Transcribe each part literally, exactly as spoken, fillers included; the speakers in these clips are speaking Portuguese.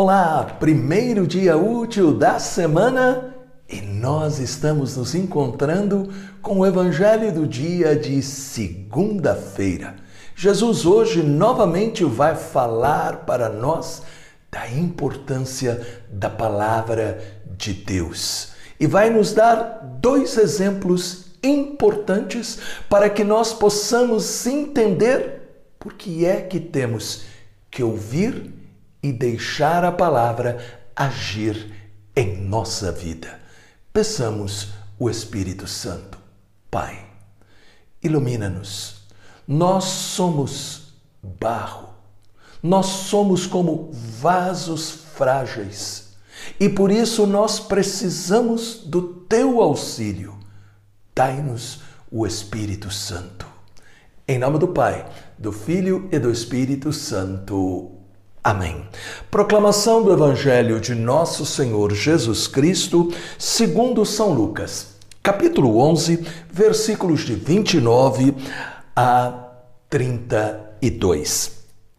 Olá, primeiro dia útil da semana e nós estamos nos encontrando com o Evangelho do dia de segunda-feira. Jesus hoje novamente vai falar para nós da importância da palavra de Deus e vai nos dar dois exemplos importantes para que nós possamos entender por que é que temos que ouvir e deixar a palavra agir em nossa vida. Peçamos o Espírito Santo. Pai, ilumina-nos. Nós somos barro. Nós somos como vasos frágeis. E por isso nós precisamos do teu auxílio. Dai-nos o Espírito Santo. Em nome do Pai, do Filho e do Espírito Santo. Amém. Proclamação do Evangelho de Nosso Senhor Jesus Cristo, segundo São Lucas, capítulo onze, versículos de vinte e nove a trinta e dois.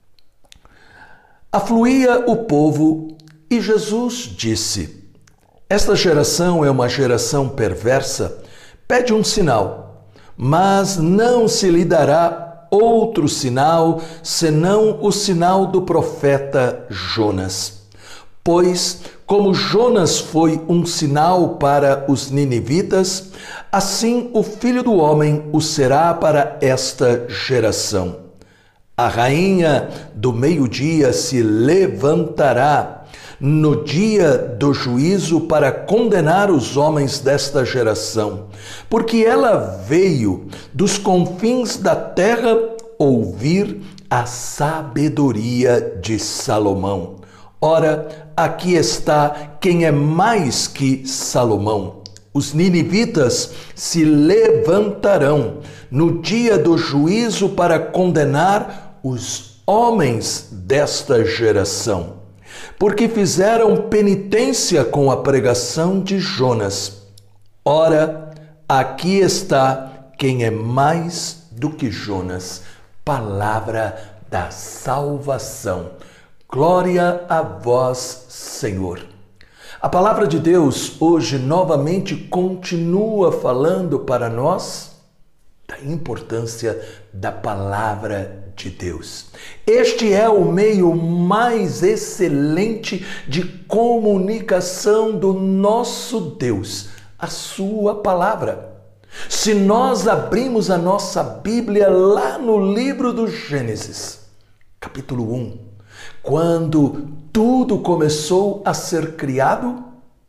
Afluía o povo e Jesus disse: Esta geração é uma geração perversa, pede um sinal, mas não se lhe dará outro sinal, senão o sinal do profeta Jonas. Pois, como Jonas foi um sinal para os ninivitas, assim o Filho do Homem o será para esta geração. A rainha do meio-dia se levantará no dia do juízo para condenar os homens desta geração, porque ela veio dos confins da terra ouvir a sabedoria de Salomão. Ora, aqui está quem é mais que Salomão. Os ninivitas se levantarão no dia do juízo para condenar os homens desta geração, porque fizeram penitência com a pregação de Jonas. Ora, aqui está quem é mais do que Jonas. Palavra da salvação. Glória a vós, Senhor. A palavra de Deus hoje novamente continua falando para nós da importância da palavra de Deus. Este é o meio mais excelente de comunicação do nosso Deus, a sua palavra. Se nós abrimos a nossa Bíblia lá no livro do Gênesis, capítulo um, quando tudo começou a ser criado,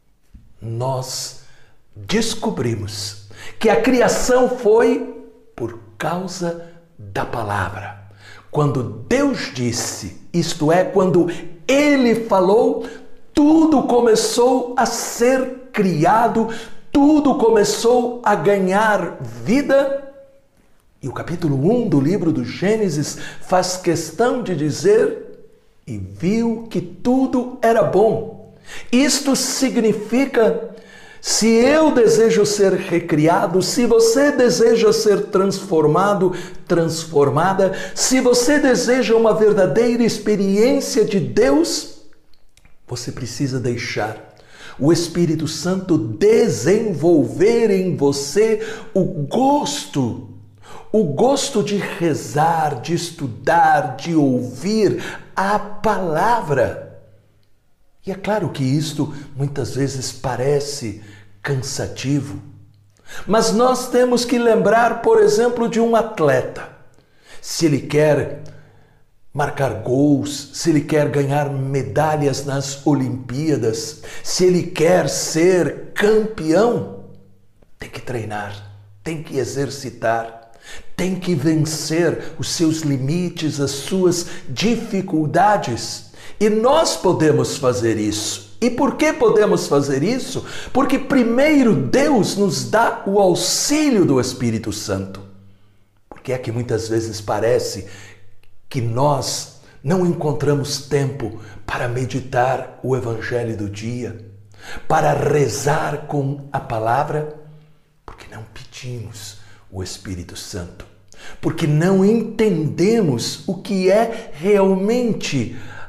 nós descobrimos que a criação foi por causa da palavra. Quando Deus disse, isto é, quando Ele falou, tudo começou a ser criado, tudo começou a ganhar vida. E o capítulo um do livro do Gênesis faz questão de dizer: e viu que tudo era bom. Isto significa, se eu desejo ser recriado, se você deseja ser transformado, transformada, se você deseja uma verdadeira experiência de Deus, você precisa deixar o Espírito Santo desenvolver em você o gosto, o gosto de rezar, de estudar, de ouvir a palavra. E é claro que isto muitas vezes parece cansativo, mas nós temos que lembrar, por exemplo, de um atleta. Se ele quer marcar gols, se ele quer ganhar medalhas nas Olimpíadas, se ele quer ser campeão, tem que treinar, tem que exercitar, tem que vencer os seus limites, as suas dificuldades. E nós podemos fazer isso. E por que podemos fazer isso? Porque primeiro Deus nos dá o auxílio do Espírito Santo. Porque é que muitas vezes parece que nós não encontramos tempo para meditar o Evangelho do dia, para rezar com a palavra, porque não pedimos o Espírito Santo, porque não entendemos o que é realmente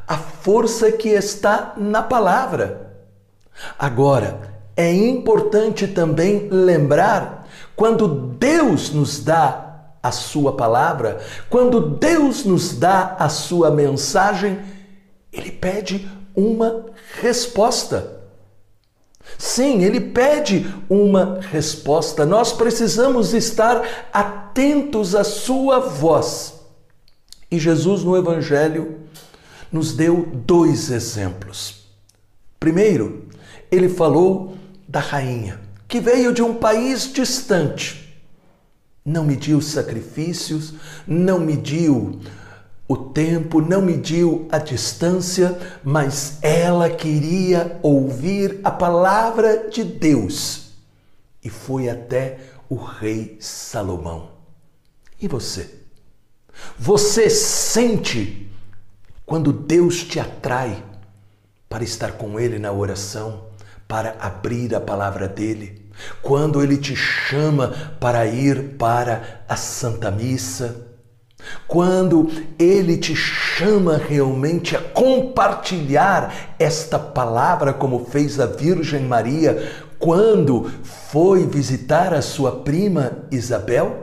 a força que está na palavra. Agora, é importante também lembrar, quando Deus nos dá a sua palavra, quando Deus nos dá a sua mensagem, Ele pede uma resposta. Sim, Ele pede uma resposta. Nós precisamos estar atentos à sua voz. E Jesus, no Evangelho, nos deu dois exemplos. Primeiro, Ele falou da rainha, que veio de um país distante. Não mediu sacrifícios, não mediu o tempo, não mediu a distância, mas ela queria ouvir a palavra de Deus. E foi até o rei Salomão. E você? Você sente quando Deus te atrai para estar com Ele na oração, para abrir a palavra dEle? Quando Ele te chama para ir para a Santa Missa? Quando Ele te chama realmente a compartilhar esta palavra, como fez a Virgem Maria quando foi visitar a sua prima Isabel?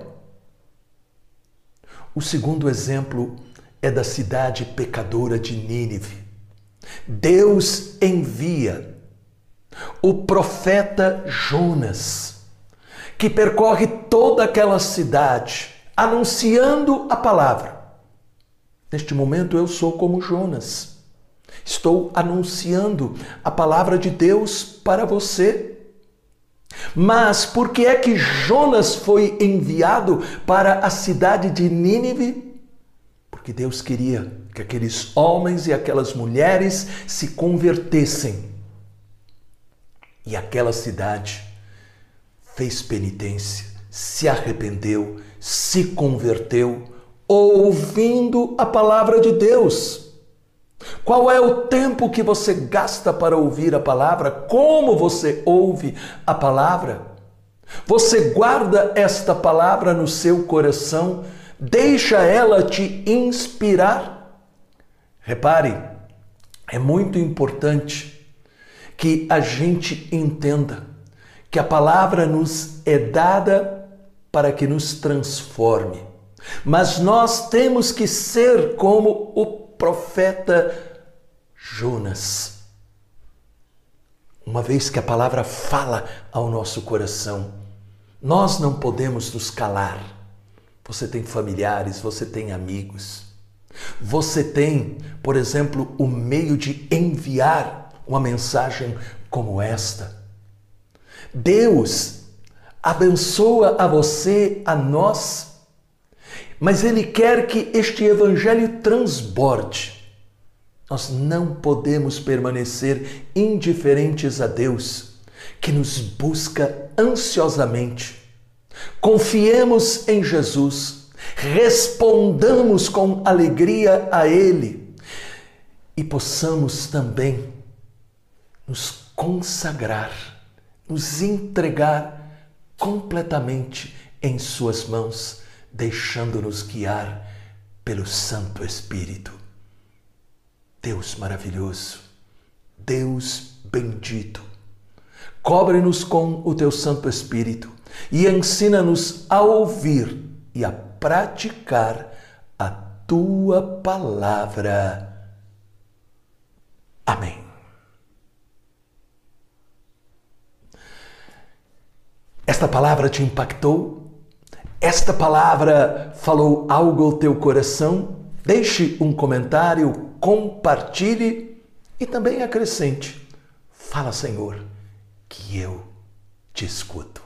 O segundo exemplo é da cidade pecadora de Nínive. Deus envia o profeta Jonas, que percorre toda aquela cidade, anunciando a palavra. Neste momento eu sou como Jonas. Estou anunciando a palavra de Deus para você. Mas por que é que Jonas foi enviado para a cidade de Nínive? Porque Deus queria que aqueles homens e aquelas mulheres se convertessem. E aquela cidade fez penitência, se arrependeu, se converteu, ouvindo a palavra de Deus. Qual é o tempo que você gasta para ouvir a palavra? Como você ouve a palavra? Você guarda esta palavra no seu coração? Deixa ela te inspirar? Repare, é muito importante que a gente entenda que a palavra nos é dada para que nos transforme. Mas nós temos que ser como o profeta Jonas. Uma vez que a palavra fala ao nosso coração, nós não podemos nos calar. Você tem familiares, você tem amigos. Você tem, por exemplo, o meio de enviar uma mensagem como esta. Deus abençoa a você, a nós, mas Ele quer que este evangelho transborde. Nós não podemos permanecer indiferentes a Deus, que nos busca ansiosamente. Confiemos em Jesus, respondamos com alegria a Ele e possamos também nos consagrar, nos entregar completamente em Suas mãos, deixando-nos guiar pelo Santo Espírito. Deus maravilhoso, Deus bendito, cobre-nos com o Teu Santo Espírito e ensina-nos a ouvir e a praticar a Tua palavra. Amém. Esta palavra te impactou? Esta palavra falou algo ao teu coração? Deixe um comentário, compartilhe e também acrescente: fala, Senhor, que eu te escuto.